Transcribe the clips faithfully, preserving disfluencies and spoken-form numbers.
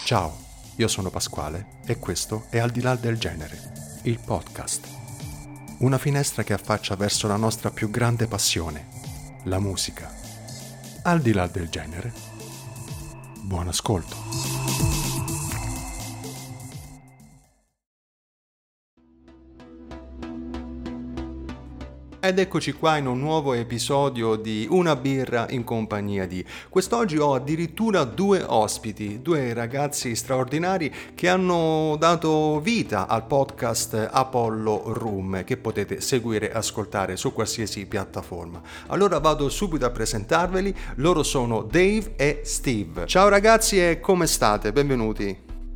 Ciao, io sono Pasquale e questo è Al di là del genere, il podcast. Una finestra che affaccia verso la nostra più grande passione, la musica. Al di là del genere, buon ascolto. Ed eccoci qua in un nuovo episodio di Una birra in compagnia di. Quest'oggi ho addirittura due ospiti, due ragazzi straordinari che hanno dato vita al podcast Apollo Room, che potete seguire e ascoltare su qualsiasi piattaforma. Allora vado subito a presentarveli, loro sono Dave e Steve. Ciao ragazzi e come state? Benvenuti.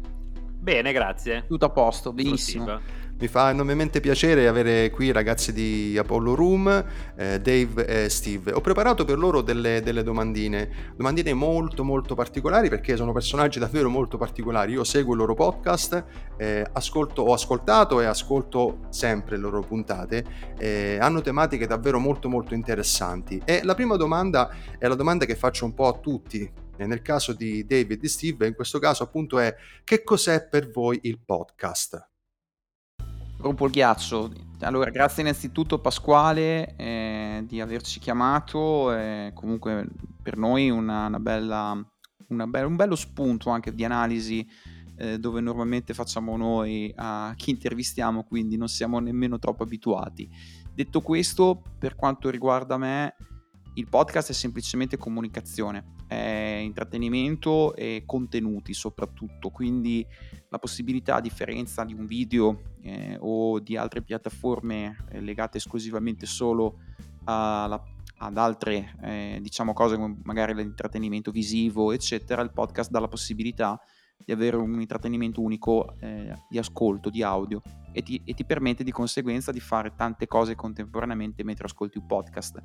Bene, grazie. Tutto a posto, benissimo. Mi fa enormemente piacere avere qui i ragazzi di Apollo Room, eh, Dave e Steve. Ho preparato per loro delle, delle domandine, domandine molto molto particolari perché sono personaggi davvero molto particolari. Io seguo il loro podcast, eh, ascolto, ho ascoltato e ascolto sempre le loro puntate, eh, hanno tematiche davvero molto molto interessanti. E la prima domanda è la domanda che faccio un po' a tutti. Nel caso di Dave e di Steve, in questo caso appunto è: che cos'è per voi il podcast? Rompo il ghiaccio. Allora, grazie innanzitutto Pasquale eh, di averci chiamato, eh, comunque per noi una, una bella, una be- un bello spunto anche di analisi eh, dove normalmente facciamo noi a chi intervistiamo, quindi non siamo nemmeno troppo abituati. Detto questo, per quanto riguarda me, il podcast è semplicemente comunicazione, è intrattenimento e contenuti soprattutto, quindi la possibilità, a differenza di un video eh, o di altre piattaforme eh, legate esclusivamente solo alla, ad altre eh, diciamo cose come magari l'intrattenimento visivo eccetera, il podcast dà la possibilità di avere un intrattenimento unico eh, di ascolto, di audio e ti, e ti permette di conseguenza di fare tante cose contemporaneamente mentre ascolti un podcast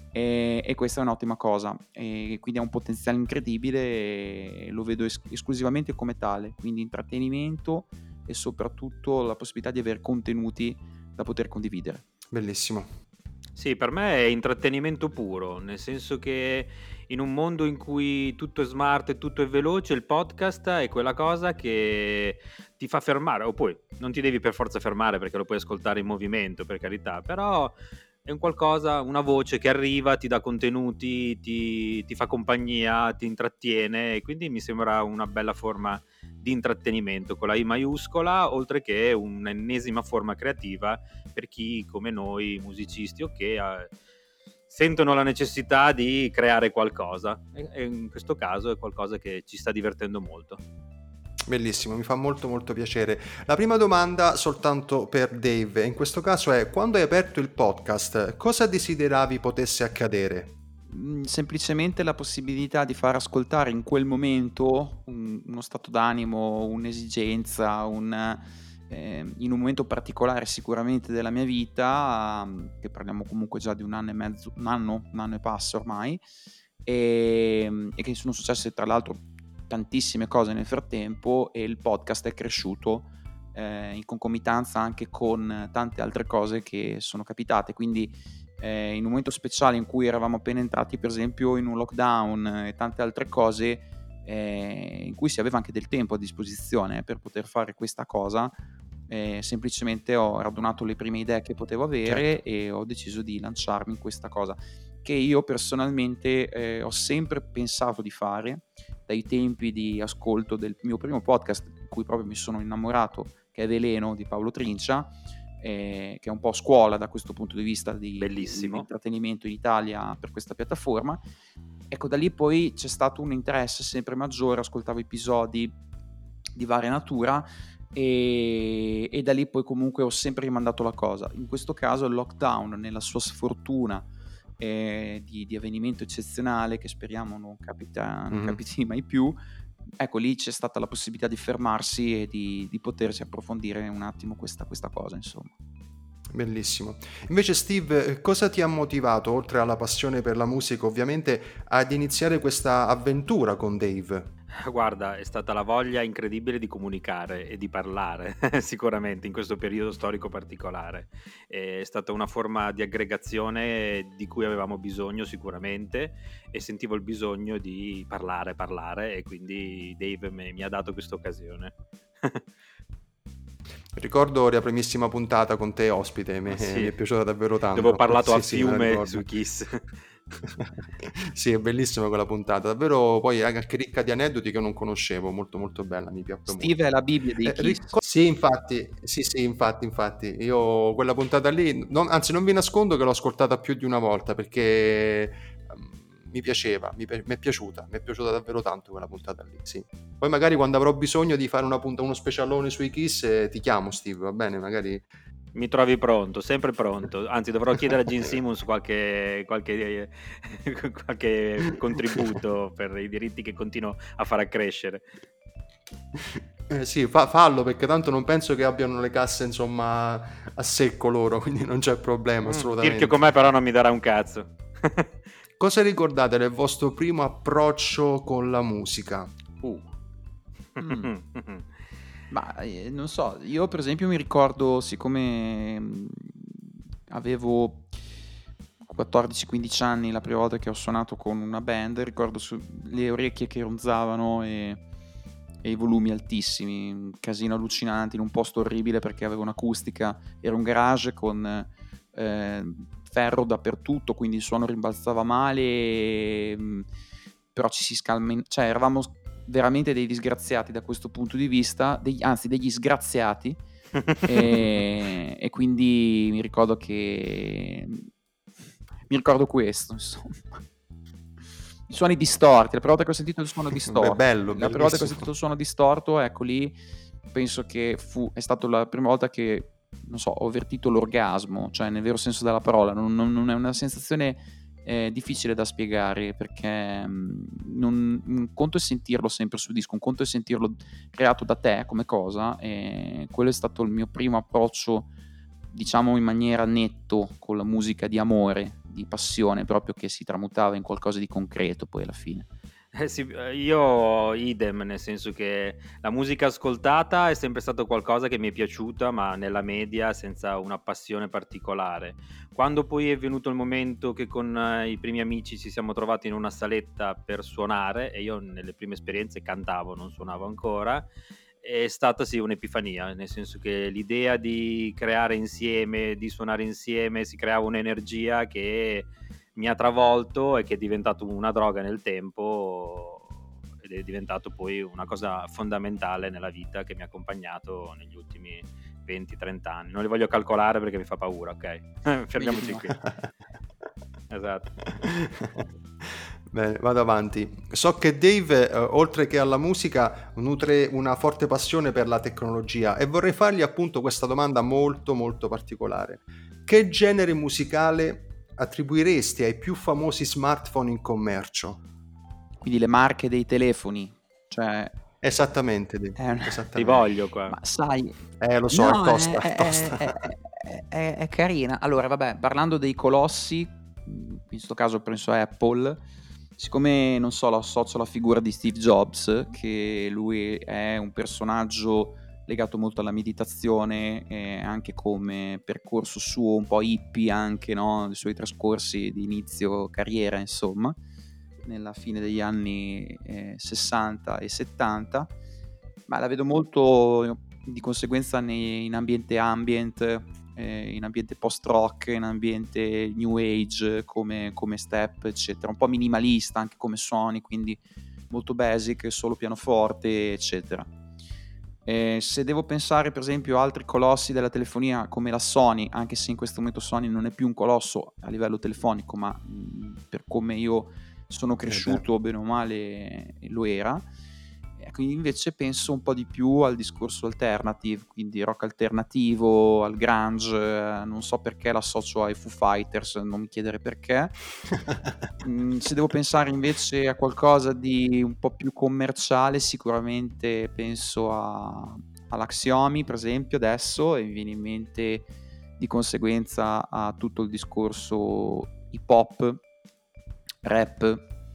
e, e questa è un'ottima cosa e quindi ha un potenziale incredibile e lo vedo es- esclusivamente come tale, quindi intrattenimento e soprattutto la possibilità di avere contenuti da poter condividere. Bellissimo. Sì, per me è intrattenimento puro, nel senso che in un mondo in cui tutto è smart e tutto è veloce, il podcast è quella cosa che ti fa fermare, o poi non ti devi per forza fermare perché lo puoi ascoltare in movimento, per carità, però è un qualcosa, una voce che arriva, ti dà contenuti, ti, ti fa compagnia, ti intrattiene e quindi mi sembra una bella forma di intrattenimento con la I maiuscola, oltre che un'ennesima forma creativa per chi come noi musicisti o che eh, sentono la necessità di creare qualcosa e, e in questo caso è qualcosa che ci sta divertendo molto. Bellissimo, mi fa molto molto piacere. La prima domanda soltanto per Dave, in questo caso è: quando hai aperto il podcast, cosa desideravi potesse accadere? Semplicemente la possibilità di far ascoltare in quel momento un, uno stato d'animo, un'esigenza, un, eh, in un momento particolare sicuramente della mia vita, um, che parliamo comunque già di un anno e mezzo, un anno, un anno e passa ormai, e, e che sono successe tra l'altro tantissime cose nel frattempo e il podcast è cresciuto eh, in concomitanza anche con tante altre cose che sono capitate, quindi eh, in un momento speciale in cui eravamo appena entrati per esempio in un lockdown e tante altre cose eh, in cui si aveva anche del tempo a disposizione per poter fare questa cosa, eh, semplicemente ho radunato le prime idee che potevo avere certo. E ho deciso di lanciarmi in questa cosa che io personalmente eh, ho sempre pensato di fare dai tempi di ascolto del mio primo podcast in cui proprio mi sono innamorato, che è Veleno di Paolo Trincia, eh, che è un po' scuola da questo punto di vista di, di intrattenimento in Italia per questa piattaforma. Ecco, da lì poi c'è stato un interesse sempre maggiore, ascoltavo episodi di varia natura e, e da lì poi comunque ho sempre rimandato la cosa. In questo caso il lockdown, nella sua sfortuna eh, di, di avvenimento eccezionale che speriamo non capita, non mm-hmm. capiti mai più, ecco lì c'è stata la possibilità di fermarsi e di, di potersi approfondire un attimo questa, questa cosa, insomma. Bellissimo. Invece Steve, cosa ti ha motivato, oltre alla passione per la musica ovviamente, ad iniziare questa avventura con Dave? Guarda, è stata la voglia incredibile di comunicare e di parlare, sicuramente in questo periodo storico particolare. È stata una forma di aggregazione di cui avevamo bisogno sicuramente e sentivo il bisogno di parlare, parlare e quindi Dave me- mi ha dato questa occasione. Ricordo la primissima puntata con te ospite, mi, Ah, sì. mi è piaciuta davvero tanto. Dove ho parlato Sì, a sì, me la fiume ricordo. su Kiss. Sì, è bellissima quella puntata, davvero poi anche ricca di aneddoti che non conoscevo, molto molto bella, mi piacque molto. Steve è la Bibbia dei Eh, Kiss. ricor- sì, infatti, sì, sì, infatti, infatti, io quella puntata lì, non- anzi non vi nascondo che l'ho ascoltata più di una volta perché ehm, mi piaceva, mi, pi- mi è piaciuta, mi è piaciuta davvero tanto quella puntata lì, sì. Poi magari quando avrò bisogno di fare una punta, uno specialone sui Kiss, eh, ti chiamo Steve, va bene? Magari... Mi trovi pronto, sempre pronto. Anzi, dovrò chiedere a Gene Simmons qualche, qualche, qualche contributo per i diritti che continuo a far accrescere. Eh, sì, fa- fallo perché tanto non penso che abbiano le casse insomma a secco loro, quindi non c'è problema Mm, assolutamente. Tirchio con me però non mi darà un cazzo. Cosa ricordate del vostro primo approccio con la musica? Uh. Mm. Ma eh, non so, io per esempio mi ricordo, siccome mh, avevo quattordici quindici anni la prima volta che ho suonato con una band, ricordo su- le orecchie che ronzavano e, e i volumi altissimi, un casino allucinante in un posto orribile perché avevo un'acustica, era un garage con eh, ferro dappertutto, quindi il suono rimbalzava male, e, mh, però ci si scalma, cioè eravamo veramente dei disgraziati da questo punto di vista, degli, anzi degli sgraziati, e, e quindi mi ricordo che mi ricordo questo, insomma. I suoni distorti, la prima volta che ho sentito il suono distorto, Beh, bello, la prima volta che ho bellissimo. sentito il suono distorto, ecco lì, penso che fu, è stata la prima volta che, non so, ho avvertito l'orgasmo, cioè nel vero senso della parola, non, non- non è una sensazione eh, difficile da spiegare, perché mh, non- un conto è sentirlo sempre su disco, un conto è sentirlo creato da te come cosa, e quello è stato il mio primo approccio, diciamo in maniera netto, con la musica di amore, di passione, proprio che si tramutava in qualcosa di concreto poi alla fine. Eh sì, eh, io idem, nel senso che la musica ascoltata è sempre stato qualcosa che mi è piaciuta, ma nella media senza una passione particolare. Quando poi è venuto il momento che con eh, i primi amici ci siamo trovati in una saletta per suonare, e io nelle prime esperienze cantavo, non suonavo ancora, è stata sì un'epifania, nel senso che l'idea di creare insieme, di suonare insieme, si creava un'energia che mi ha travolto e che è diventato una droga nel tempo ed è diventato poi una cosa fondamentale nella vita che mi ha accompagnato negli ultimi venti trenta anni. Non li voglio calcolare perché mi fa paura, ok? Fermiamoci qui. Esatto. Bene, vado avanti. So che Dave, eh, oltre che alla musica, nutre una forte passione per la tecnologia e vorrei fargli appunto questa domanda molto molto particolare. Che genere musicale attribuiresti ai più famosi smartphone in commercio? Quindi le marche dei telefoni, cioè Esattamente, Dave, è una- Ti esattamente. voglio qua. ma sai, Eh, lo so, è no, tosta, è, è tosta. è- è- è- è carina. Allora, vabbè, parlando dei colossi, in questo caso penso a Apple, siccome non so, lo associo alla figura di Steve Jobs, che lui è un personaggio legato molto alla meditazione, e anche come percorso suo un po' hippie anche, no? Dei suoi trascorsi di inizio carriera, insomma, nella fine degli anni eh, sessanta e settanta, ma la vedo molto di conseguenza nei- in ambiente ambient, eh, in ambiente post-rock, in ambiente new age come, come step, eccetera, un po' minimalista anche come suoni, quindi molto basic, solo pianoforte, eccetera. Eh, se devo pensare per esempio a altri colossi della telefonia come la Sony, anche se in questo momento Sony non è più un colosso a livello telefonico, ma mh, per come io sono cresciuto bene o male lo era, e quindi invece penso un po' di più al discorso alternative, quindi rock alternativo, al grunge, eh, non so perché l'associo ai Foo Fighters, non mi chiedere perché. Mm, se devo pensare invece a qualcosa di un po' più commerciale, sicuramente penso a, all'Axiom, per esempio, adesso, e mi viene in mente di conseguenza a tutto il discorso hip hop, rap,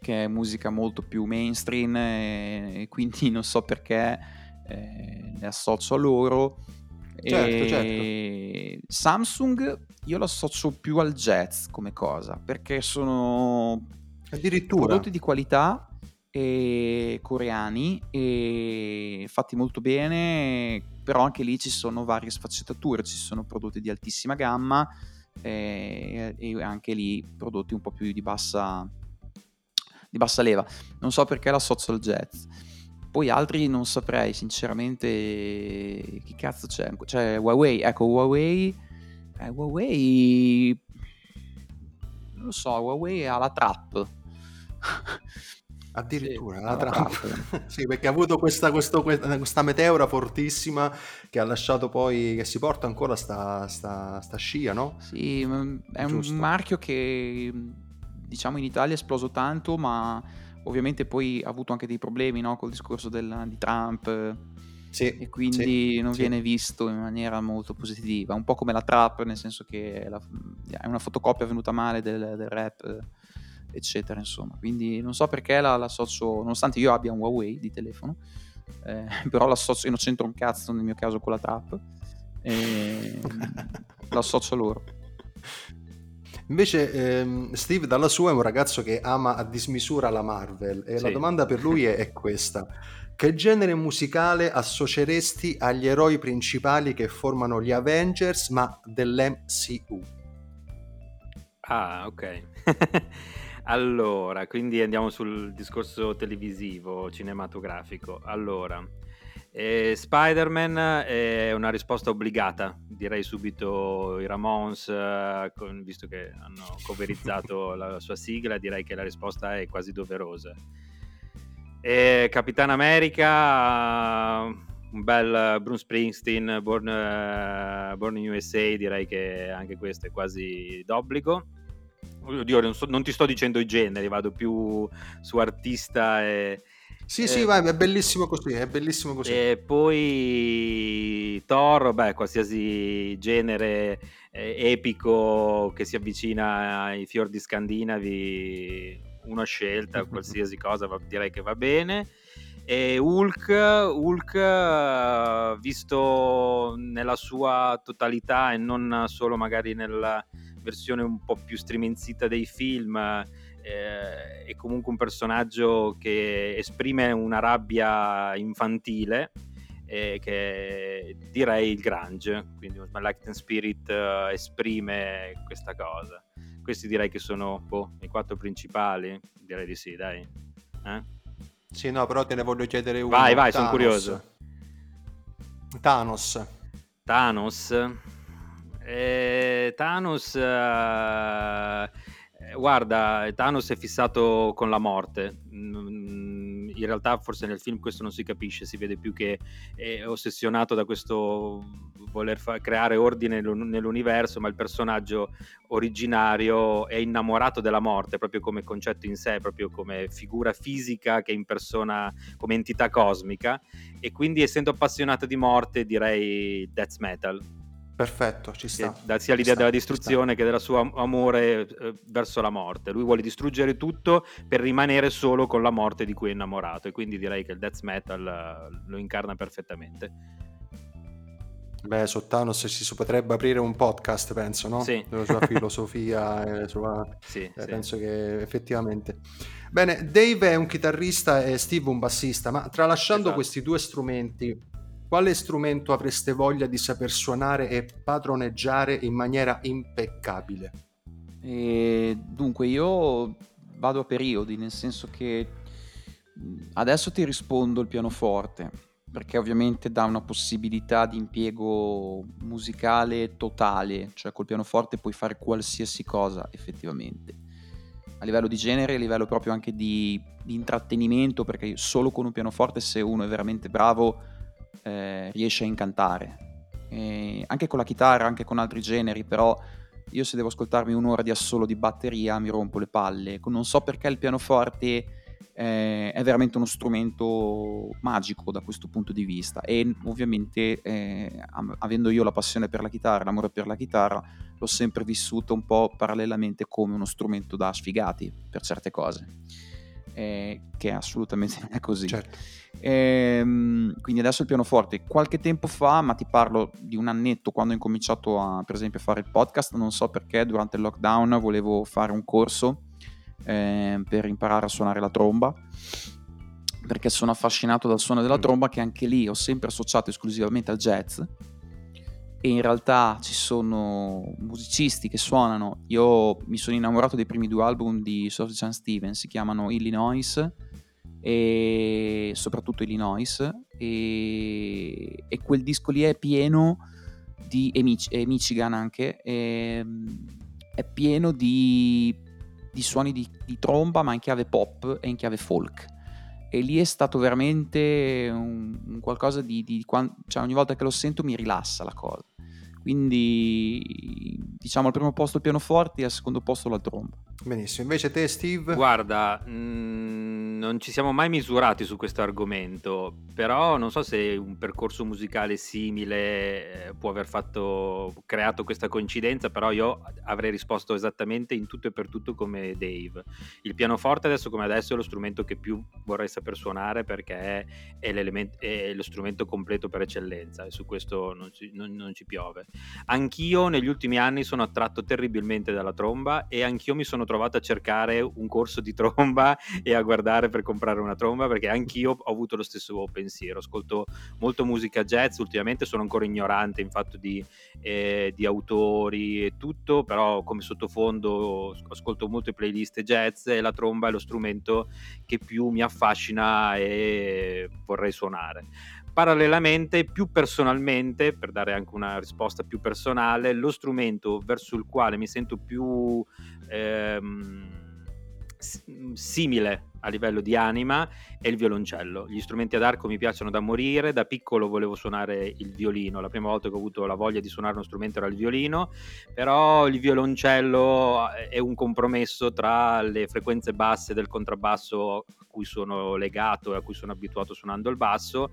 che è musica molto più mainstream, e, e quindi non so perché eh, le associo a loro. Certo, certo. E Samsung io lo associo più al jazz come cosa, perché sono Addirittura. prodotti di qualità e coreani e fatti molto bene, però anche lì ci sono varie sfaccettature, ci sono prodotti di altissima gamma e, e anche lì prodotti un po' più di bassa di bassa leva. Non so perché l'associo al jazz. Poi altri non saprei sinceramente chi cazzo c'è. C'è Huawei, ecco Huawei eh, Huawei non lo so, Huawei ha la trap. Addirittura, Sì, la alla Trump. trap. Sì, perché ha avuto questa, questo- questa, questa meteora fortissima che ha lasciato poi, che si porta ancora sta, sta, sta scia, no? Sì, mm, è un Giusto. marchio che mm, diciamo in Italia è esploso tanto, ma ovviamente poi ha avuto anche dei problemi, no, col discorso del- di Trump eh, Sì, e quindi sì, non sì. viene visto in maniera molto positiva, un po' come la trap, nel senso che è, la- è una fotocopia venuta male del, del rap, eh, eccetera, insomma. Quindi non so perché la, l'associo, nonostante io abbia un Huawei di telefono, eh, però l'associo, io non c'entro un cazzo nel mio caso con la trap, e l'associo a loro. Invece ehm, Steve dalla sua è un ragazzo che ama a dismisura la Marvel e la Sì. domanda per lui è, è questa. Che genere musicale associeresti agli eroi principali che formano gli Avengers ma dell'M C U? Ah, ok. Allora, quindi andiamo sul discorso televisivo, cinematografico. Allora, eh, Spider-Man è una risposta obbligata, direi subito i Ramones, eh, con- visto che hanno coverizzato la sua sigla, direi che la risposta è quasi doverosa. E Capitan America, un bel Bruce Springsteen, Born, eh, Born in U S A, direi che anche questo è quasi d'obbligo. Oddio, non, so- non ti sto dicendo i generi, vado più su artista e... Sì, sì, eh, vai, è bellissimo così, è bellissimo così. e poi Thor, beh, qualsiasi genere eh, epico che si avvicina ai fiordi scandinavi, una scelta, qualsiasi cosa va- direi che va bene. E Hulk, Hulk eh, visto nella sua totalità e non solo magari nella versione un po' più striminzita dei film, eh, è comunque un personaggio che esprime una rabbia infantile, eh, che direi il grunge, quindi Smell Like Teen Spirit eh, esprime questa cosa. Questi direi che sono boh, i quattro principali, direi di sì, dai. Eh? Sì, no, però te ne voglio chiedere uno. Vai, vai, sono Thanos. curioso. Thanos. Thanos. Eh, Thanos, eh, eh, guarda, Thanos è fissato con la morte. Mm, in realtà forse nel film questo non si capisce, si vede più che è ossessionato da questo voler fa- creare ordine nell'un- nell'universo, ma il personaggio originario è innamorato della morte, proprio come concetto in sé, proprio come figura fisica che impersona come entità cosmica, e quindi essendo appassionato di morte direi death metal. Perfetto, ci sta. Che dà sia l'idea sta, della distruzione che della sua amore eh, verso la morte. Lui vuole distruggere tutto per rimanere solo con la morte di cui è innamorato, e quindi direi che il death metal eh, lo incarna perfettamente. Beh, su Thanos si potrebbe aprire un podcast, penso, no? Sì. Sulla sua filosofia, eh, sua... Sì, eh, sì. penso che effettivamente. Bene, Dave è un chitarrista e Steve un bassista, ma tralasciando Esatto. questi due strumenti, quale strumento avreste voglia di saper suonare e padroneggiare in maniera impeccabile? E dunque io vado a periodi, nel senso che mh, adesso ti rispondo il pianoforte, perché ovviamente dà una possibilità di impiego musicale totale, cioè col pianoforte puoi fare qualsiasi cosa effettivamente, a livello di genere, a livello proprio anche di, di intrattenimento, perché solo con un pianoforte, se uno è veramente bravo, eh, riesce a incantare. E anche con la chitarra, anche con altri generi, però io se devo ascoltarmi un'ora di assolo di batteria mi rompo le palle. Non so perché il pianoforte eh, è veramente uno strumento magico da questo punto di vista, e ovviamente eh, am- avendo io la passione per la chitarra, l'amore per la chitarra, l'ho sempre vissuto un po' parallelamente come uno strumento da sfigati per certe cose. eh, che assolutamente non è così. Certo. Ehm, quindi adesso il pianoforte. Qualche tempo fa, ma ti parlo di un annetto, quando ho incominciato a, per esempio, a fare il podcast, non so perché durante il lockdown volevo fare un corso eh, per imparare a suonare la tromba, perché sono affascinato dal suono della Mm. tromba, che anche lì ho sempre associato esclusivamente al jazz, e in realtà ci sono musicisti che suonano. Io mi sono innamorato dei primi due album di Sufjan Stevens, si chiamano Illinois e soprattutto Illinois, e, e quel disco lì è pieno di e, Mich- e Michigan anche, e, è pieno di, di suoni di, di tromba, ma in chiave pop e in chiave folk, e lì è stato veramente un, un qualcosa di, di quan- cioè ogni volta che lo sento mi rilassa la cosa. Quindi diciamo al primo posto il pianoforte e al secondo posto la tromba. Benissimo, invece te Steve? Guarda, mh, non ci siamo mai misurati su questo argomento, però non so se un percorso musicale simile eh, può aver fatto, creato questa coincidenza, però io avrei risposto esattamente in tutto e per tutto come Dave. Il pianoforte adesso come adesso è lo strumento che più vorrei saper suonare, perché è, è, l'elemento, è lo strumento completo per eccellenza, e su questo non ci, non, non ci piove. Anch'io negli ultimi anni sono attratto terribilmente dalla tromba, e anch'io mi sono trovato a cercare un corso di tromba e a guardare per comprare una tromba, perché anch'io ho avuto lo stesso pensiero. Ascolto molto musica jazz ultimamente, sono ancora ignorante in fatto di, eh, di autori e tutto, però come sottofondo ascolto molte playlist jazz, e la tromba è lo strumento che più mi affascina e vorrei suonare. Parallelamente, più personalmente, per dare anche una risposta più personale, lo strumento verso il quale mi sento più ehm, simile a livello di anima è il violoncello. Gli strumenti ad arco mi piacciono da morire. Da piccolo volevo suonare il violino, la prima volta che ho avuto la voglia di suonare uno strumento era il violino, però il violoncello è un compromesso tra le frequenze basse del contrabbasso a cui sono legato e a cui sono abituato suonando il basso,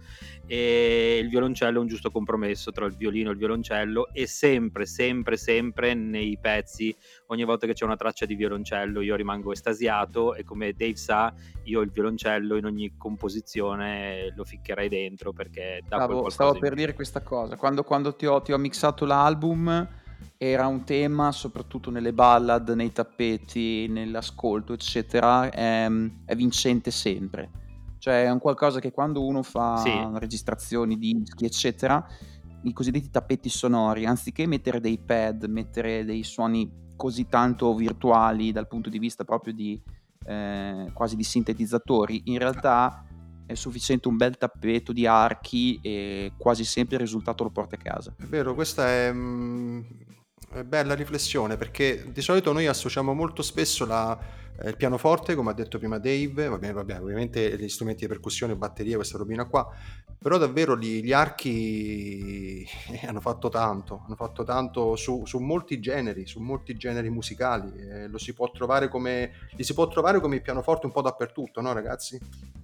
e il violoncello è un giusto compromesso tra il violino e il violoncello, e sempre sempre sempre nei pezzi, ogni volta che c'è una traccia di violoncello io rimango estasiato, e come Dave sa, io il violoncello in ogni composizione lo ficcherei dentro, perché dà quel Stavo, qualcosa stavo in per più. dire questa cosa. Quando, quando ti, ho, ti ho mixato l'album era un tema, soprattutto nelle ballad, nei tappeti, nell'ascolto, eccetera, è, è vincente sempre. Cioè è un qualcosa che quando uno fa Sì. registrazioni di dischi, eccetera, i cosiddetti tappeti sonori, anziché mettere dei pad, mettere dei suoni così tanto virtuali dal punto di vista proprio di eh, quasi di sintetizzatori, in realtà è sufficiente un bel tappeto di archi e quasi sempre il risultato lo porti a casa. È vero, questa è, mm, è bella riflessione, perché di solito noi associamo molto spesso la, eh, il pianoforte, come ha detto prima Dave, vabbè, vabbè, ovviamente gli strumenti di percussione, batteria, questa robina qua, però davvero gli, gli archi hanno fatto tanto, hanno fatto tanto su, su molti generi, su molti generi musicali, eh, lo si può trovare come, li si può trovare come il pianoforte un po' dappertutto, no ragazzi?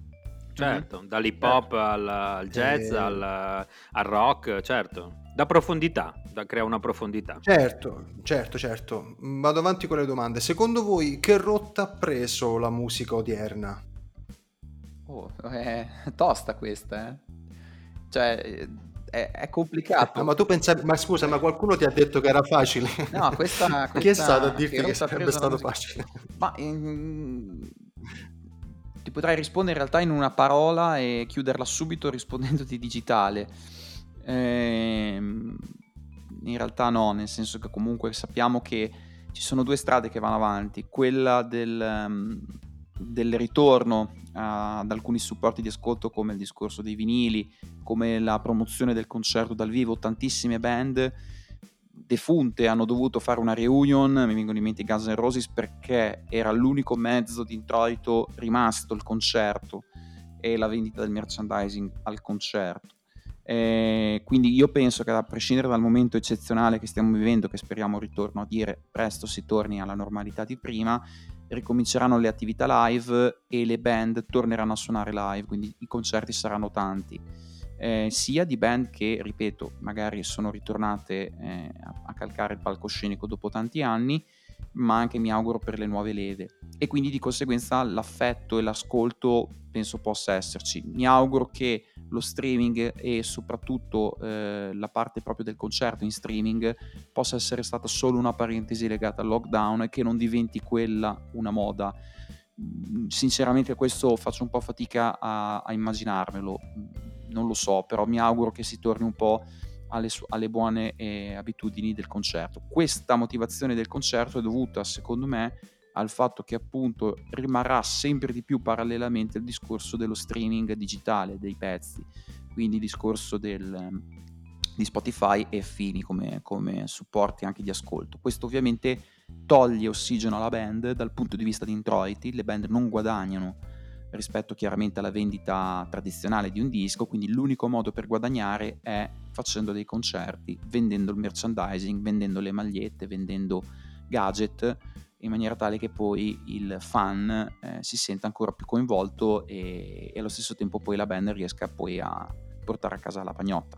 Certo, Mhm. dall'hip Certo. hop al, al jazz, Eh, al, al rock, certo, da profondità, da crea una profondità. Certo, certo, certo. Vado avanti con le domande. Secondo voi che rotta ha preso la musica odierna? Oh, è tosta questa, eh? Cioè, eh, è, è Ah, complicato. ma tu pensavi, ma scusa, ma qualcuno ti ha detto che era facile? No, questa, Chi è stato a questa che dirti che rotta ha sarebbe preso la stato musica. facile? Ma mm, ti potrei rispondere in realtà in una parola e chiuderla subito rispondendoti digitale. Ehm, in realtà no, nel senso che comunque sappiamo che ci sono due strade che vanno avanti, quella del, um, del ritorno a, ad alcuni supporti di ascolto come il discorso dei vinili, come la promozione del concerto dal vivo. Tantissime band defunte hanno dovuto fare una reunion, mi vengono in mente i Guns N' Roses, perché era l'unico mezzo di introito rimasto, il concerto e la vendita del merchandising al concerto. Eh, quindi io penso che a prescindere dal momento eccezionale che stiamo vivendo, che speriamo ritorno a dire presto si torni alla normalità di prima, ricominceranno le attività live e le band torneranno a suonare live, quindi i concerti saranno tanti, eh, sia di band che, ripeto, magari sono ritornate eh, a, a calcare il palcoscenico dopo tanti anni, ma anche mi auguro per le nuove leve, e quindi di conseguenza l'affetto e l'ascolto penso possa esserci. Mi auguro che lo streaming e soprattutto eh, la parte proprio del concerto in streaming possa essere stata solo una parentesi legata al lockdown e che non diventi quella una moda. Sinceramente questo faccio un po' fatica a, a immaginarmelo, non lo so, però mi auguro che si torni un po' alle, su- alle buone eh, abitudini del concerto. Questa motivazione del concerto è dovuta, secondo me, al fatto che appunto rimarrà sempre di più parallelamente il discorso dello streaming digitale dei pezzi, quindi il discorso del, di Spotify e affini come, come supporti anche di ascolto. Questo ovviamente toglie ossigeno alla band dal punto di vista di introiti, le band non guadagnano rispetto chiaramente alla vendita tradizionale di un disco, quindi l'unico modo per guadagnare è facendo dei concerti, vendendo il merchandising, vendendo le magliette, vendendo gadget, in maniera tale che poi il fan eh, si senta ancora più coinvolto e, e allo stesso tempo poi la band riesca poi a portare a casa la pagnotta.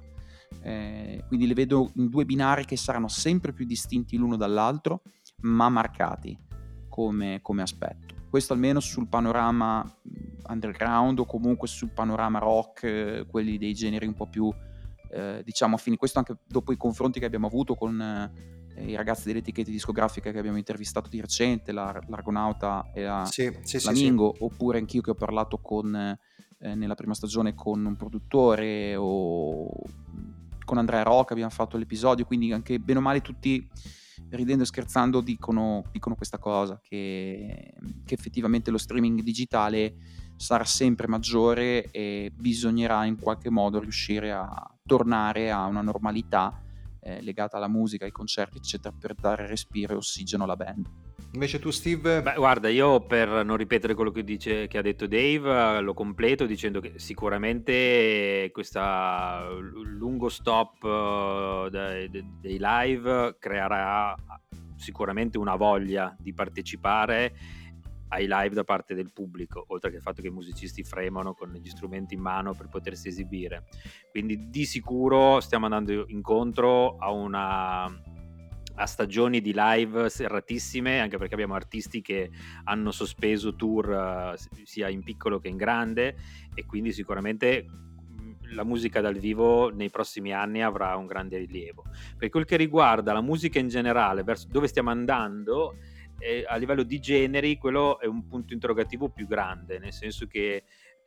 Eh, quindi le vedo in due binari che saranno sempre più distinti l'uno dall'altro, ma marcati come, come aspetto. Questo almeno sul panorama underground o comunque sul panorama rock, eh, quelli dei generi un po' più eh, diciamo affini. Questo anche dopo i confronti che abbiamo avuto con eh, i ragazzi delle etichette discografiche che abbiamo intervistato di recente, la, l'Argonauta e la Sì, sì, sì, Flamingo, sì. oppure anch'io che ho parlato con eh, nella prima stagione con un produttore, o con Andrea Rocca abbiamo fatto l'episodio, quindi anche bene o male tutti ridendo e scherzando dicono, dicono questa cosa, che, che effettivamente lo streaming digitale sarà sempre maggiore e bisognerà in qualche modo riuscire a tornare a una normalità eh, legata alla musica, ai concerti eccetera, per dare respiro e ossigeno alla band. Invece tu, Steve? Beh, guarda, io per non ripetere quello che dice, che ha detto Dave, lo completo dicendo che sicuramente questo lungo stop uh, dei, dei live creerà sicuramente una voglia di partecipare ai live da parte del pubblico, oltre che il fatto che i musicisti fremano con gli strumenti in mano per potersi esibire. Quindi di sicuro stiamo andando incontro a una a stagioni di live serratissime, anche perché abbiamo artisti che hanno sospeso tour uh, sia in piccolo che in grande, e quindi sicuramente la musica dal vivo nei prossimi anni avrà un grande rilievo. Per quel che riguarda la musica in generale, verso dove stiamo andando, eh, a livello di generi, quello è un punto interrogativo più grande, nel senso che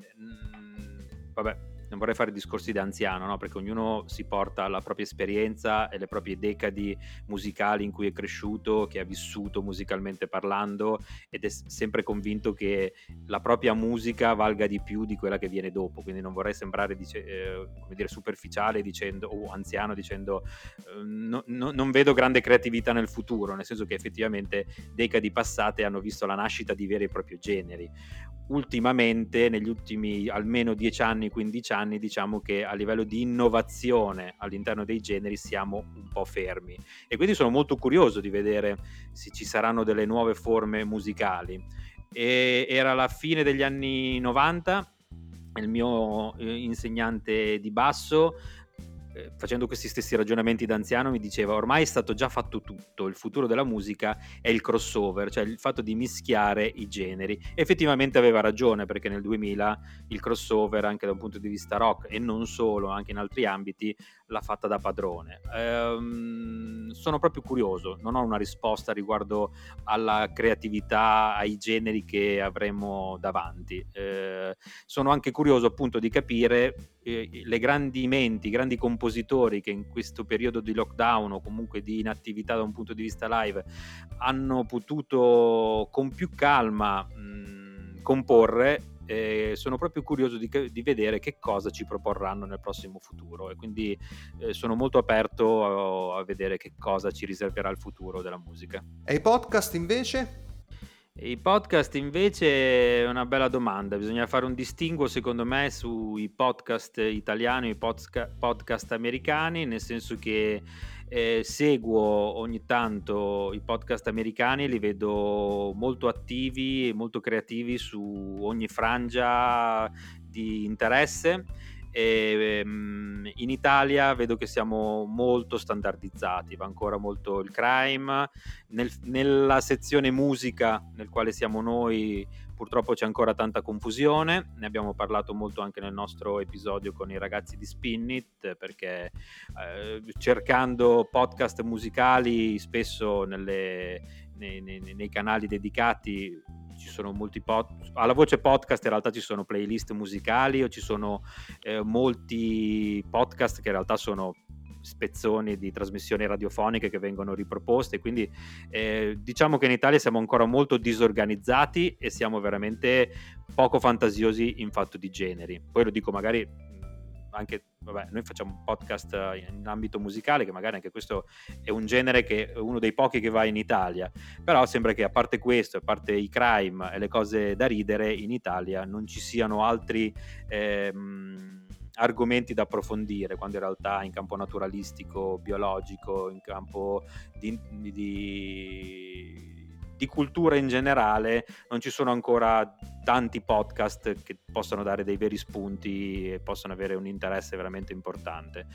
mh, vabbè, non vorrei fare discorsi da anziano, no? Perché ognuno si porta la propria esperienza e le proprie decadi musicali in cui è cresciuto, che ha vissuto musicalmente parlando, ed è sempre convinto che la propria musica valga di più di quella che viene dopo. Quindi non vorrei sembrare dice, eh, come dire, superficiale dicendo, o anziano dicendo eh, no, no, non vedo grande creatività nel futuro, nel senso che effettivamente decadi passate hanno visto la nascita di veri e propri generi. Ultimamente, negli ultimi almeno dieci anni, quindici anni, diciamo che a livello di innovazione all'interno dei generi siamo un po' fermi, e quindi sono molto curioso di vedere se ci saranno delle nuove forme musicali. E era la fine degli anni novanta, il mio eh, insegnante di basso, eh, facendo questi stessi ragionamenti da anziano, mi diceva: ormai è stato già fatto tutto, il futuro della musica è il crossover, cioè il fatto di mischiare i generi. Effettivamente aveva ragione, perché nel duemila il crossover, anche da un punto di vista rock e non solo, anche in altri ambiti, l'ha fatta da padrone. Ehm, sono proprio curioso, non ho una risposta riguardo alla creatività, ai generi che avremo davanti. Eh, sono anche curioso appunto di capire eh, le grandi menti, i grandi compositori che in questo periodo di lockdown o comunque di inattività da un punto di vista live hanno potuto con più calma mh, comporre. Eh, sono proprio curioso di, di vedere che cosa ci proporranno nel prossimo futuro, e quindi eh, sono molto aperto a, a vedere che cosa ci riserverà il futuro della musica. E i podcast invece? I podcast invece è una bella domanda, bisogna fare un distinguo secondo me sui podcast italiani e i podca- podcast americani, nel senso che eh, seguo ogni tanto i podcast americani, li vedo molto attivi e molto creativi su ogni frangia di interesse, E, ehm, in Italia vedo che siamo molto standardizzati, va ancora molto il crime. Nel, nella sezione musica, nel quale siamo noi, purtroppo c'è ancora tanta confusione. Ne abbiamo parlato molto anche nel nostro episodio con i ragazzi di Spin It, perché eh, cercando podcast musicali spesso nelle, nei, nei, nei canali dedicati ci sono molti pod- alla voce podcast in realtà ci sono playlist musicali, o ci sono eh, molti podcast che in realtà sono spezzoni di trasmissioni radiofoniche che vengono riproposte, quindi eh, diciamo che in Italia siamo ancora molto disorganizzati e siamo veramente poco fantasiosi in fatto di generi. Poi lo dico magari anche, vabbè, noi facciamo un podcast in ambito musicale, che magari anche questo è un genere che è uno dei pochi che va in Italia, però sembra che a parte questo, a parte i crime e le cose da ridere, in Italia non ci siano altri ehm, argomenti da approfondire, quando in realtà in campo naturalistico, biologico, in campo di, di di cultura in generale non ci sono ancora tanti podcast che possano dare dei veri spunti e possono avere un interesse veramente importante,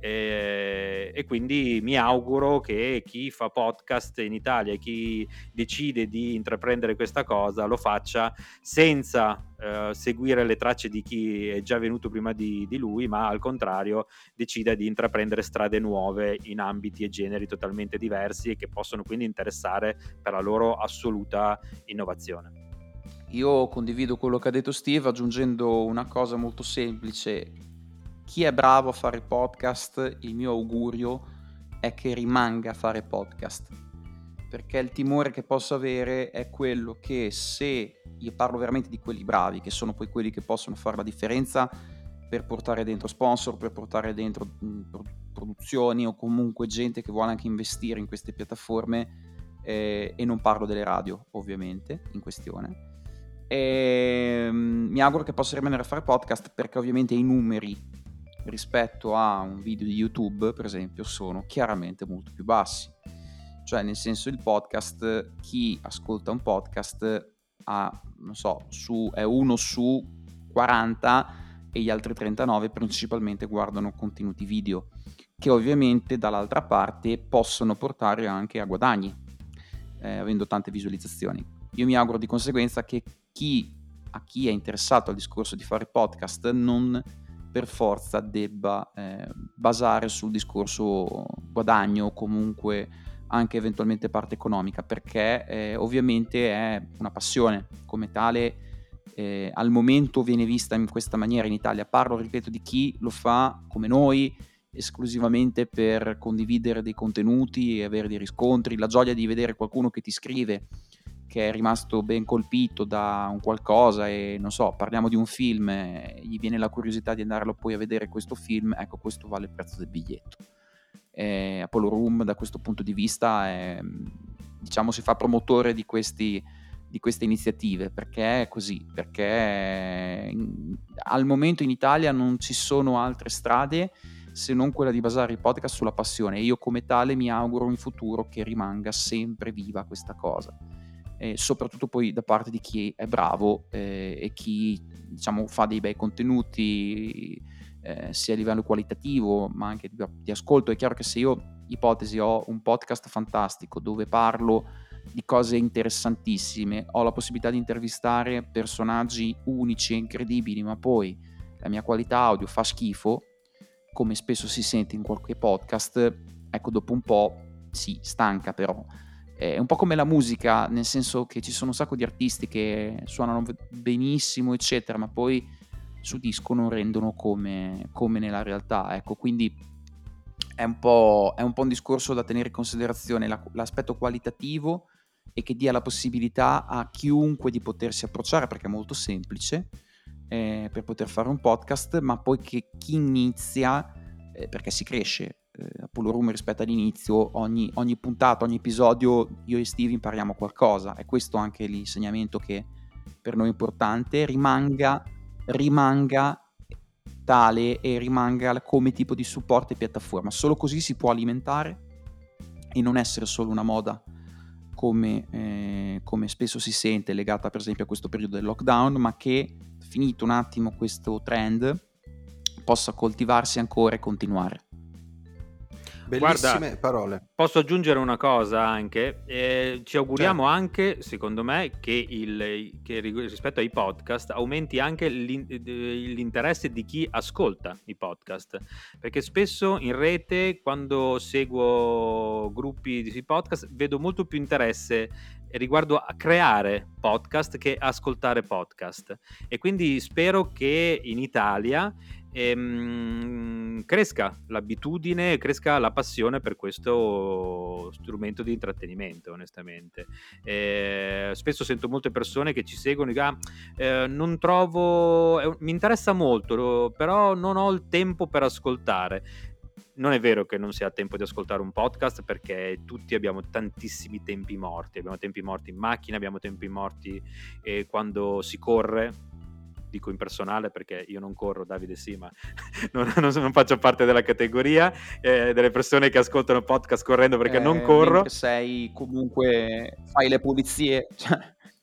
e, e quindi mi auguro che chi fa podcast in Italia e chi decide di intraprendere questa cosa lo faccia senza eh, seguire le tracce di chi è già venuto prima di, di lui, ma al contrario decida di intraprendere strade nuove in ambiti e generi totalmente diversi e che possono quindi interessare per la loro assoluta innovazione. Io condivido quello che ha detto Steve, aggiungendo una cosa molto semplice: chi è bravo a fare podcast, il mio augurio è che rimanga a fare podcast, perché il timore che posso avere è quello che, se io parlo veramente di quelli bravi, che sono poi quelli che possono fare la differenza per portare dentro sponsor, per portare dentro mh, produzioni, o comunque gente che vuole anche investire in queste piattaforme, eh, e non parlo delle radio ovviamente in questione, e mh, mi auguro che possa rimanere a fare podcast, perché ovviamente i numeri rispetto a un video di YouTube, per esempio, sono chiaramente molto più bassi. Cioè, nel senso, il podcast, chi ascolta un podcast ha, non so, su, è uno su quaranta, e gli altri trentanove principalmente guardano contenuti video, che ovviamente dall'altra parte possono portare anche a guadagni, eh, avendo tante visualizzazioni. Io mi auguro di conseguenza che chi, a chi è interessato al discorso di fare podcast non per forza debba eh, basare sul discorso guadagno, o comunque anche eventualmente parte economica, perché eh, ovviamente è una passione come tale. Eh, al momento viene vista in questa maniera in Italia. Parlo, ripeto, di chi lo fa come noi, esclusivamente per condividere dei contenuti e avere dei riscontri, la gioia di vedere qualcuno che ti scrive che è rimasto ben colpito da un qualcosa, e non so, parliamo di un film, e gli viene la curiosità di andarlo poi a vedere questo film. Ecco, questo vale il prezzo del biglietto. eh, Apollo Room da questo punto di vista è, diciamo, si fa promotore di questi di queste iniziative, perché è così, perché in, al momento in Italia non ci sono altre strade se non quella di basare il podcast sulla passione, e io come tale mi auguro in futuro che rimanga sempre viva questa cosa, e soprattutto poi da parte di chi è bravo eh, e chi, diciamo, fa dei bei contenuti eh, sia a livello qualitativo ma anche di, di ascolto. È chiaro che se io, ipotesi, ho un podcast fantastico dove parlo di cose interessantissime, ho la possibilità di intervistare personaggi unici e incredibili, ma poi la mia qualità audio fa schifo, come spesso si sente in qualche podcast, ecco, dopo un po' si stanca. Però è un po' come la musica, nel senso che ci sono un sacco di artisti che suonano benissimo eccetera, ma poi su disco non rendono come, come nella realtà, ecco. Quindi è un po', è un po' un discorso da tenere in considerazione, la, l'aspetto qualitativo, e che dia la possibilità a chiunque di potersi approcciare, perché è molto semplice eh, per poter fare un podcast, ma poi che chi inizia, eh, perché si cresce, eh, Apollo Room rispetto all'inizio, ogni, ogni puntata, ogni episodio, io e Steve impariamo qualcosa, e questo anche l'insegnamento che per noi è importante, rimanga, rimanga tale e rimanga come tipo di supporto e piattaforma. Solo così si può alimentare e non essere solo una moda, come, eh, come spesso si sente, legata per esempio a questo periodo del lockdown, ma che, finito un attimo questo trend, possa coltivarsi ancora e continuare. Bellissime Guarda, parole. posso aggiungere una cosa anche? Eh, ci auguriamo Certo. anche, secondo me, che, il, che rig- rispetto ai podcast aumenti anche l'in- eh, l'interesse di chi ascolta i podcast, perché spesso in rete, quando seguo gruppi di podcast, vedo molto più interesse riguardo a creare podcast che ascoltare podcast, e quindi spero che in Italia ehm, cresca l'abitudine, cresca la passione per questo strumento di intrattenimento, onestamente. Eh, spesso sento molte persone che ci seguono e dicono, ah, eh, non trovo, eh, mi interessa molto, però non ho il tempo per ascoltare. Non è vero che non si ha tempo di ascoltare un podcast, perché tutti abbiamo tantissimi tempi morti. Abbiamo tempi morti in macchina, abbiamo tempi morti eh, quando si corre. Dico in personale perché io non corro, Davide sì, ma non, non, non faccio parte della categoria eh, delle persone che ascoltano podcast correndo, perché non Eh, corro. mentre sei comunque fai le pulizie, cioè,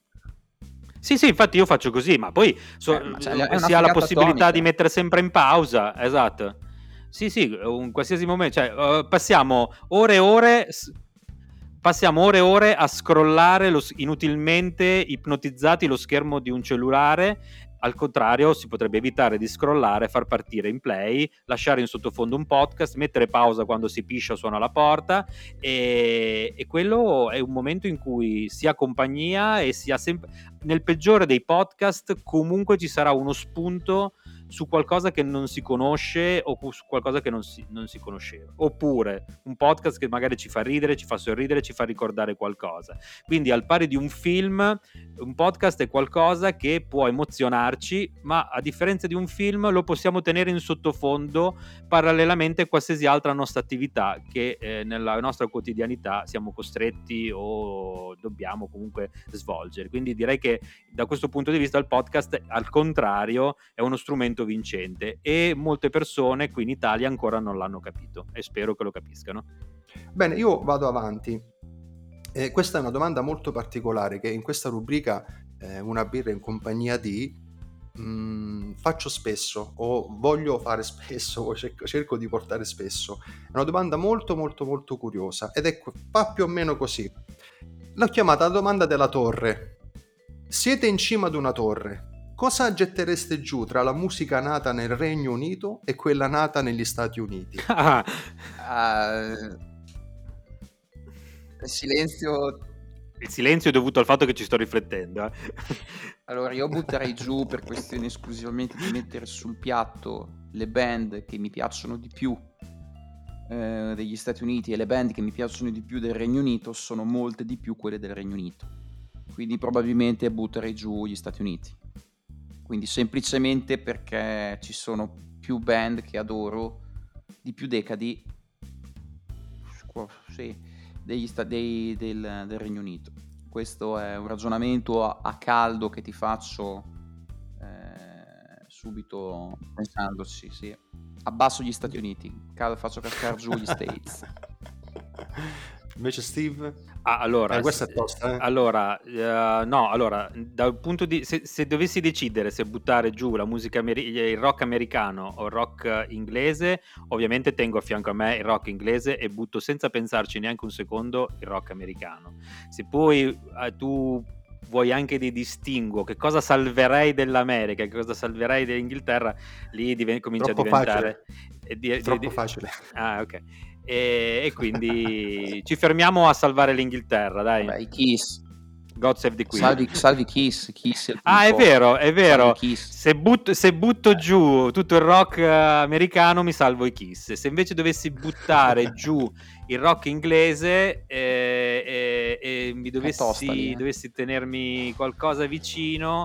Sì, sì, infatti io faccio così, ma poi so- eh, ma cioè, è una si ha la figata possibilità atomica. di mettere sempre in pausa, esatto. Sì, sì, un qualsiasi momento, cioè uh, passiamo ore e ore s- passiamo ore e ore a scrollare lo s- inutilmente ipnotizzati lo schermo di un cellulare. Al contrario, si potrebbe evitare di scrollare, far partire in play, lasciare in sottofondo un podcast, mettere pausa quando si piscia o suona la porta, e, e quello è un momento in cui si ha compagnia e si ha sempre, nel peggiore dei podcast, comunque ci sarà uno spunto su qualcosa che non si conosce o su qualcosa che non si, non si conosceva, oppure un podcast che magari ci fa ridere, ci fa sorridere, ci fa ricordare qualcosa. Quindi al pari di un film, un podcast è qualcosa che può emozionarci, ma a differenza di un film lo possiamo tenere in sottofondo parallelamente a qualsiasi altra nostra attività che eh, nella nostra quotidianità siamo costretti o dobbiamo comunque svolgere. Quindi direi che da questo punto di vista il podcast, al contrario, è uno strumento vincente, e molte persone qui in Italia ancora non l'hanno capito, e spero che lo capiscano. Bene, io vado avanti. Eh, questa è una domanda molto particolare che in questa rubrica eh, una birra in compagnia di mh, faccio spesso, o voglio fare spesso, o cerco, cerco di portare spesso. È una domanda molto molto molto curiosa ed è fa più o meno così. L'ho chiamata la domanda della torre. Siete in cima ad una torre. Cosa gettereste giù tra la musica nata nel Regno Unito e quella nata negli Stati Uniti? Uh, silenzio. Il silenzio è dovuto al fatto che ci sto riflettendo. Eh. Allora, io butterei giù, per questione esclusivamente di mettere sul piatto le band che mi piacciono di più eh, degli Stati Uniti, e le band che mi piacciono di più del Regno Unito sono molte di più quelle del Regno Unito. Quindi probabilmente butterei giù gli Stati Uniti. Quindi semplicemente perché ci sono più band che adoro di più decadi, sì, degli sta- dei, del, del Regno Unito. Questo è un ragionamento a, a caldo che ti faccio eh, subito pensandoci, sì. Abbasso gli Stati Uniti, cal- faccio cascare giù gli States. Invece Steve? Ah, allora, Eh, questa è tosta, eh? allora uh, no, allora, dal punto di se, se dovessi decidere se buttare giù la musica ameri- il rock americano o il rock inglese, ovviamente tengo a fianco a me il rock inglese e butto senza pensarci neanche un secondo il rock americano. Se poi uh, tu vuoi anche dei distinguo, che cosa salverei dell'America, che cosa salverei dell'Inghilterra, lì diven- comincia Troppo a diventare facile. di- di- Troppo di- facile. Ah, ok. E, e quindi ci fermiamo a salvare l'Inghilterra, dai. Vabbè, i Kiss. God Save the Queen. Salvi, salvi Kiss, Kiss è il Ah, è primo vero, è vero. Salvi Kiss. Se, but- se butto giù tutto il rock eh, americano, mi salvo i Kiss. Se invece dovessi buttare giù il rock inglese eh, eh, e mi dovessi, tosta lì, eh. dovessi tenermi qualcosa vicino,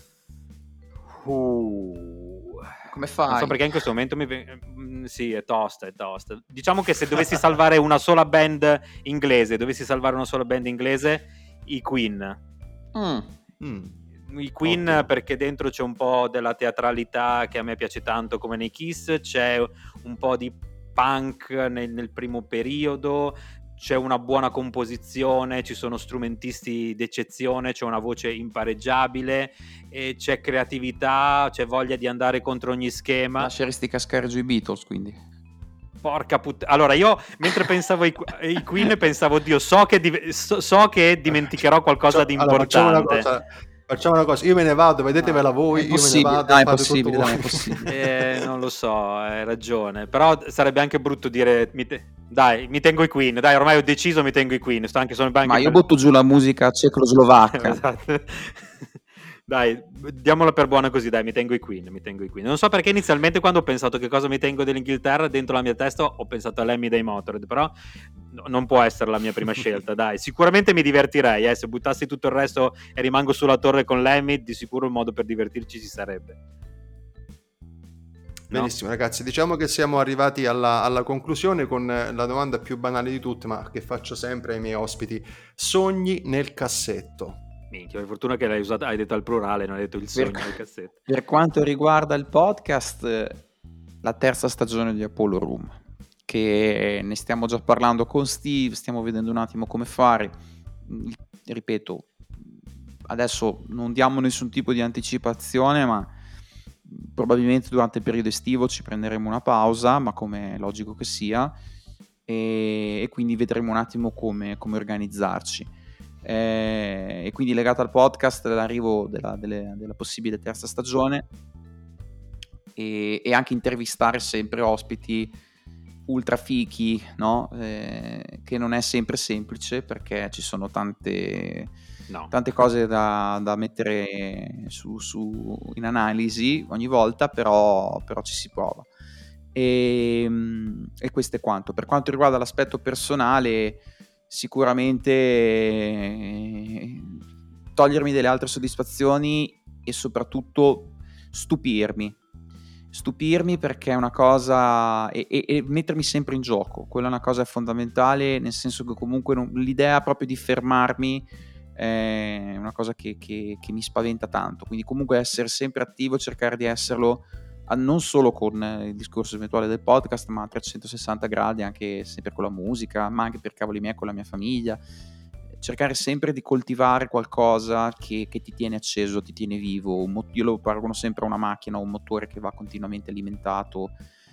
uh, Come fai? non so perché in questo momento mi ve- mm, sì, è tosta, è tosta. Diciamo che se dovessi salvare una sola band inglese, dovessi salvare una sola band inglese, i Queen. Mm. Mm. I Queen, Ottimo. perché dentro c'è un po' della teatralità che a me piace tanto, come nei Kiss, c'è un po' di punk nel, nel primo periodo, c'è una buona composizione, ci sono strumentisti d'eccezione, c'è una voce impareggiabile, e c'è creatività, c'è voglia di andare contro ogni schema. Lasceresti cascare giù i Beatles, quindi? Porca puttana. Allora, io mentre pensavo ai, ai Queen pensavo, Dio, so che, div- so, so che dimenticherò qualcosa Cioè, di allora, facciamo una importante. cosa, facciamo una cosa, io me ne vado, vedetevela voi, io me ne vado, dai, è fate possibile, tutto dai, voi. è possibile. Eh, non lo so, hai ragione. Però sarebbe anche brutto dire, mi te- dai, mi tengo i Queen. Dai, ormai ho deciso, mi tengo i Queen. Sto anche, sono anche Ma io per- butto giù la musica cecoslovacca. Esatto. Dai, diamola per buona così, dai, mi tengo i Queen, mi tengo i Queen. Non so perché inizialmente quando ho pensato che cosa mi tengo dell'Inghilterra, dentro la mia testa ho pensato a Lemmy dei Motorhead, però no, non può essere la mia prima scelta, dai. Sicuramente mi divertirei, eh, se buttassi tutto il resto e rimango sulla torre con Lemmy, di sicuro un modo per divertirci ci sarebbe. No? Benissimo ragazzi, diciamo che siamo arrivati alla, alla conclusione con la domanda più banale di tutte, ma che faccio sempre ai miei ospiti: sogni nel cassetto. Minchia, per fortuna che l'hai usato, hai detto al plurale, non hai detto il sogno Per, nel cassetto. per quanto riguarda il podcast, la terza stagione di Apollo Room, che ne stiamo già parlando con Steve, stiamo vedendo un attimo come fare. Ripeto, adesso non diamo nessun tipo di anticipazione, ma probabilmente durante il periodo estivo ci prenderemo una pausa, ma come è logico che sia, e, e quindi vedremo un attimo come, come organizzarci. Eh, e quindi legato al podcast l'arrivo della, delle, della possibile terza stagione, e, e anche intervistare sempre ospiti ultra fichi, no? Eh, che non è sempre semplice, perché ci sono tante, no. tante cose da, da mettere su, su, in analisi ogni volta, però, però ci si prova. E, e questo è quanto. Per quanto riguarda l'aspetto personale, sicuramente eh, togliermi delle altre soddisfazioni e soprattutto stupirmi stupirmi perché è una cosa e, e, e mettermi sempre in gioco, quella è una cosa fondamentale, nel senso che comunque non, l'idea proprio di fermarmi è una cosa che, che, che mi spaventa tanto, quindi comunque essere sempre attivo, cercare di esserlo non solo con il discorso eventuale del podcast, ma a trecentosessanta gradi anche sempre con la musica, ma anche per cavoli miei con la mia famiglia, cercare sempre di coltivare qualcosa che, che ti tiene acceso, ti tiene vivo. Un mo- io lo paragono sempre a una macchina, un motore che va continuamente alimentato,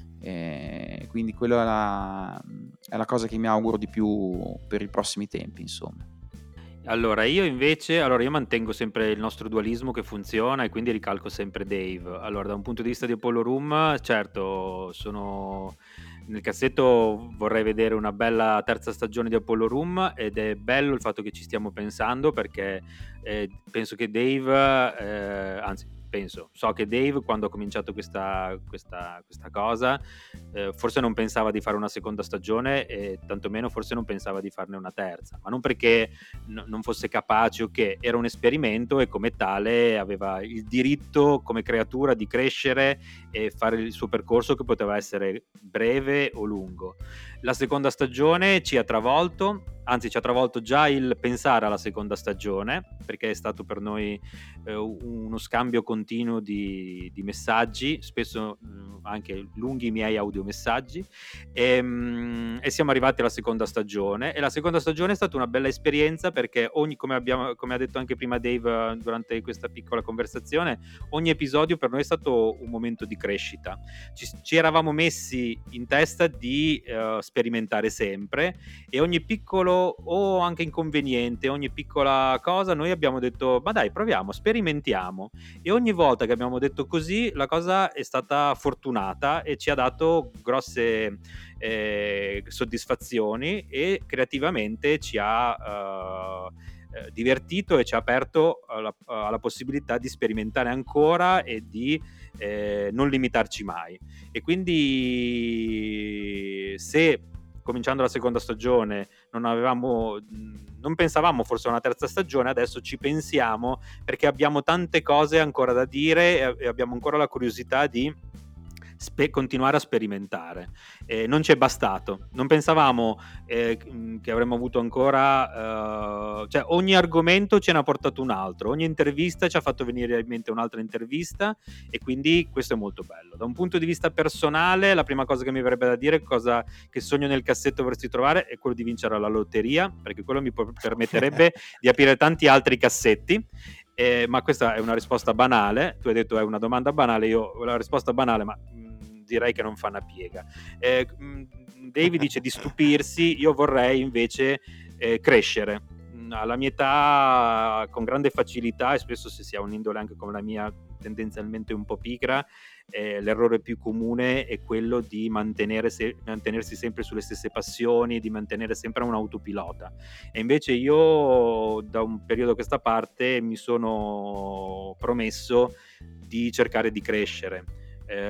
eh, quindi quella è la, è la cosa che mi auguro di più per i prossimi tempi, insomma. Allora io invece, allora io mantengo sempre il nostro dualismo che funziona e quindi ricalco sempre Dave. Allora da un punto di vista di Apollo Room, certo, sono nel cassetto, vorrei vedere una bella terza stagione di Apollo Room, ed è bello il fatto che ci stiamo pensando, perché eh, penso che Dave, eh, anzi penso, so che Dave quando ha cominciato questa, questa, questa cosa eh, forse non pensava di fare una seconda stagione e tantomeno forse non pensava di farne una terza, ma non perché n- non fosse capace o che era un esperimento e come tale aveva il diritto come creatura di crescere e fare il suo percorso, che poteva essere breve o lungo. La seconda stagione ci ha travolto, anzi ci ha travolto già il pensare alla seconda stagione, perché è stato per noi eh, uno scambio continuo di, di messaggi, spesso mh, anche lunghi miei audiomessaggi, e, mh, e siamo arrivati alla seconda stagione, e la seconda stagione è stata una bella esperienza, perché ogni, come, abbiamo, come ha detto anche prima Dave durante questa piccola conversazione, ogni episodio per noi è stato un momento di crescita. Ci, ci eravamo messi in testa di uh, sperimentare sempre, e ogni piccolo o anche inconveniente, ogni piccola cosa, noi abbiamo detto ma dai, proviamo, sperimentiamo, e ogni volta che abbiamo detto così la cosa è stata fortunata e ci ha dato grosse eh, soddisfazioni, e creativamente ci ha uh, eh, divertito e ci ha aperto alla, alla possibilità di sperimentare ancora e di eh, non limitarci mai. E quindi se cominciando la seconda stagione non avevamo non pensavamo forse a una terza stagione, adesso ci pensiamo perché abbiamo tante cose ancora da dire e abbiamo ancora la curiosità di spe- continuare a sperimentare. Eh, non ci è bastato, non pensavamo eh, che avremmo avuto ancora, eh, cioè ogni argomento ce ne ha portato un altro, ogni intervista ci ha fatto venire in mente un'altra intervista, e quindi questo è molto bello. Da un punto di vista personale, la prima cosa che mi verrebbe da dire, cosa che sogno nel cassetto vorresti trovare, è quello di vincere alla lotteria, perché quello mi po- permetterebbe di aprire tanti altri cassetti. Eh, ma questa è una risposta banale. Tu hai detto è una domanda banale, io ho la risposta banale, ma mh, direi che non fa una piega. eh, mh, David dice di stupirsi, io vorrei invece eh, crescere. Mh, alla mia età, con grande facilità, e spesso se si ha un'indole anche come la mia tendenzialmente un po' pigra, eh, l'errore più comune è quello di mantenere se- mantenersi sempre sulle stesse passioni, di mantenere sempre un autopilota. E invece io da un periodo a questa parte mi sono promesso di cercare di crescere. Eh,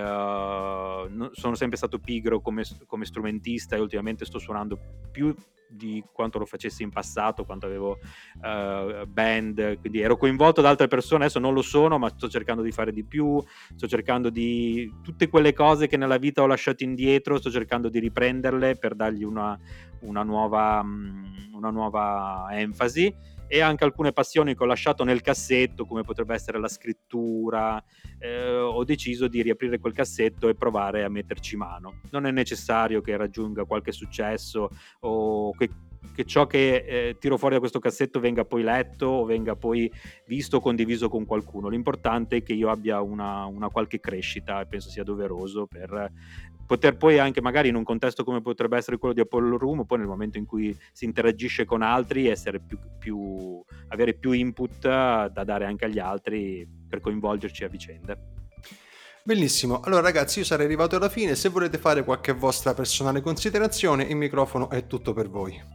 no- sono sempre stato pigro come, come strumentista, e ultimamente sto suonando più di quanto lo facessi in passato, quando avevo uh, band, quindi ero coinvolto da altre persone. Adesso non lo sono, ma sto cercando di fare di più, sto cercando di tutte quelle cose che nella vita ho lasciato indietro, sto cercando di riprenderle per dargli una, una nuova una nuova enfasi, e anche alcune passioni che ho lasciato nel cassetto, come potrebbe essere la scrittura. Eh, ho deciso di riaprire quel cassetto e provare a metterci mano. Non è necessario che raggiunga qualche successo o che, che ciò che eh, tiro fuori da questo cassetto venga poi letto o venga poi visto o condiviso con qualcuno. L'importante è che io abbia una, una qualche crescita, e penso sia doveroso per poter poi anche, magari in un contesto come potrebbe essere quello di Apollo Room, poi nel momento in cui si interagisce con altri, essere più, più avere più input da dare anche agli altri per coinvolgerci a vicenda. Bellissimo, allora ragazzi, io sarei arrivato alla fine. Se volete fare qualche vostra personale considerazione, il microfono è tutto per voi.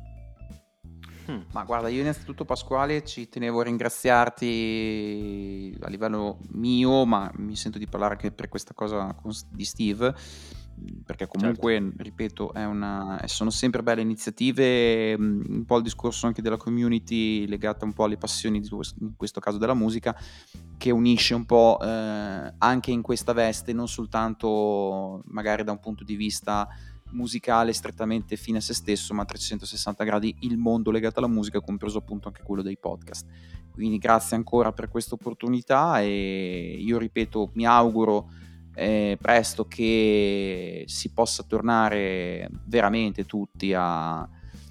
Hmm. Ma guarda, io innanzitutto, Pasquale, ci tenevo a ringraziarti a livello mio, ma mi sento di parlare anche per questa cosa con, di Steve, perché comunque, certo, ripeto, è una, sono sempre belle iniziative, un po' il discorso anche della community legata un po' alle passioni, in questo caso della musica, che unisce un po' eh, anche in questa veste, non soltanto magari da un punto di vista musicale strettamente fine a se stesso, ma a trecentosessanta gradi il mondo legato alla musica, compreso appunto anche quello dei podcast. Quindi grazie ancora per questa opportunità, e io ripeto, mi auguro eh, presto che si possa tornare veramente tutti a, a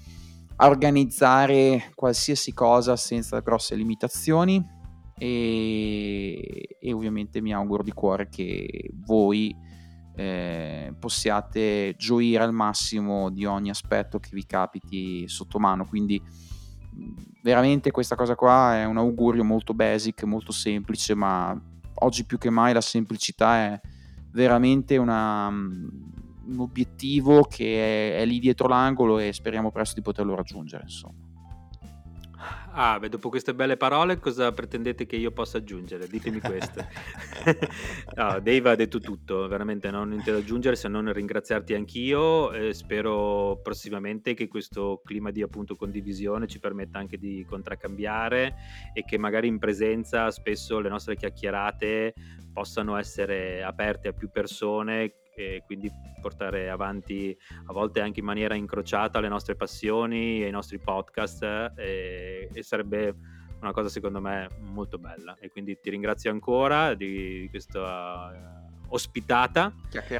organizzare qualsiasi cosa senza grosse limitazioni, e, e ovviamente mi auguro di cuore che voi Eh, possiate gioire al massimo di ogni aspetto che vi capiti sotto mano. Quindi veramente questa cosa qua è un augurio molto basic, molto semplice, ma oggi più che mai la semplicità è veramente una, un obiettivo che è, è lì dietro l'angolo, e speriamo presto di poterlo raggiungere, insomma. Ah, beh, dopo queste belle parole, cosa pretendete che io possa aggiungere? Ditemi questo. No, Dave ha detto tutto, veramente non ho niente da aggiungere, se non ringraziarti anch'io. Eh, spero prossimamente che questo clima di appunto condivisione ci permetta anche di contraccambiare, e che magari in presenza spesso le nostre chiacchierate possano essere aperte a più persone, e quindi portare avanti a volte anche in maniera incrociata le nostre passioni e i nostri podcast, e, e sarebbe una cosa secondo me molto bella. E quindi ti ringrazio ancora di questa uh, ospitata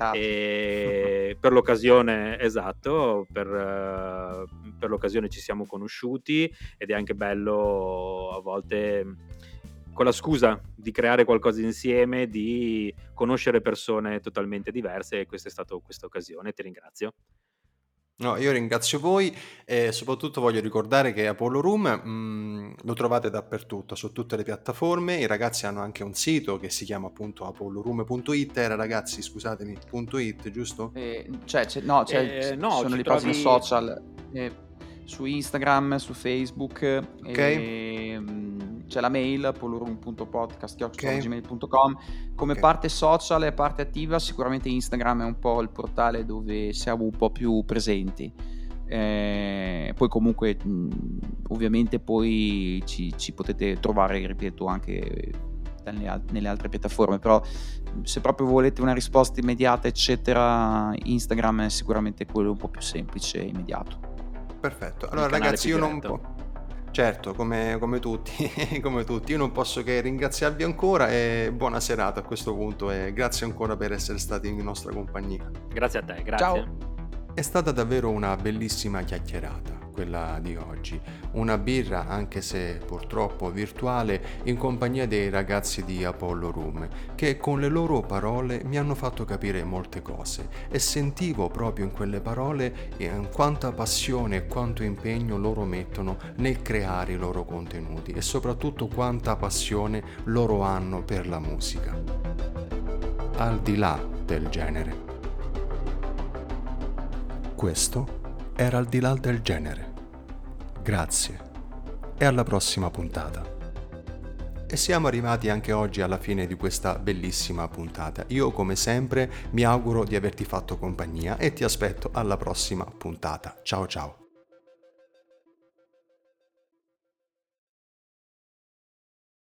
e per l'occasione, esatto, per, uh, per l'occasione ci siamo conosciuti, ed è anche bello a volte, con la scusa di creare qualcosa insieme, di conoscere persone totalmente diverse, e questa è stata questa occasione. Ti ringrazio. No, io ringrazio voi, e soprattutto voglio ricordare che Apollo Room mh, lo trovate dappertutto, su tutte le piattaforme. I ragazzi hanno anche un sito che si chiama appunto apolloroom punto it. Era, ragazzi, scusatemi, .it, giusto? Eh, cioè, c'è, no, c'è, Eh, no, sono ci le trovi... pagine social, eh, su Instagram, su Facebook, Ok. e, mh, c'è la mail apolloroom punto podcast chiocciola gmail punto com. Come Ok. parte social e parte attiva, sicuramente Instagram è un po' il portale dove siamo un po' più presenti. Eh, poi comunque mh, ovviamente poi ci, ci potete trovare, ripeto, anche pubblicata nelle, al- nelle altre piattaforme, però se proprio volete una risposta immediata eccetera, Instagram è sicuramente quello un po' più semplice e immediato. Perfetto. Il Allora canale ragazzi, più io non diretto. po- certo, come, come tutti, come tutti, io non posso che ringraziarvi ancora e buona serata a questo punto e grazie ancora per essere stati in nostra compagnia. Grazie a te, grazie. Ciao. È stata davvero una bellissima chiacchierata, quella di oggi. Una birra, anche se purtroppo virtuale, in compagnia dei ragazzi di Apollo Room, che con le loro parole mi hanno fatto capire molte cose e sentivo proprio in quelle parole eh, quanta passione e quanto impegno loro mettono nel creare i loro contenuti e soprattutto quanta passione loro hanno per la musica. Al di là del genere. Questo era Al di là del genere. Grazie e alla prossima puntata. E siamo arrivati anche oggi alla fine di questa bellissima puntata. Io come sempre mi auguro di averti fatto compagnia e ti aspetto alla prossima puntata. Ciao ciao.